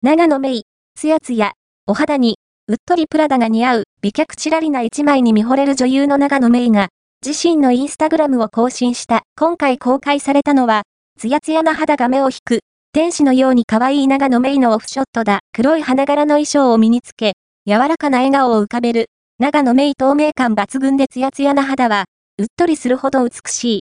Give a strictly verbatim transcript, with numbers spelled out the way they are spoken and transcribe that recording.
長野メイ、ツヤツヤ、お肌に、うっとりプラダが似合う、美脚チラリな一枚に見惚れる女優の長野メイが、自身のインスタグラムを更新した。今回公開されたのは、ツヤツヤな肌が目を引く、天使のように可愛い長野メイのオフショットだ。黒い花柄の衣装を身につけ、柔らかな笑顔を浮かべる。長野メイ透明感抜群でツヤツヤな肌は、うっとりするほど美しい。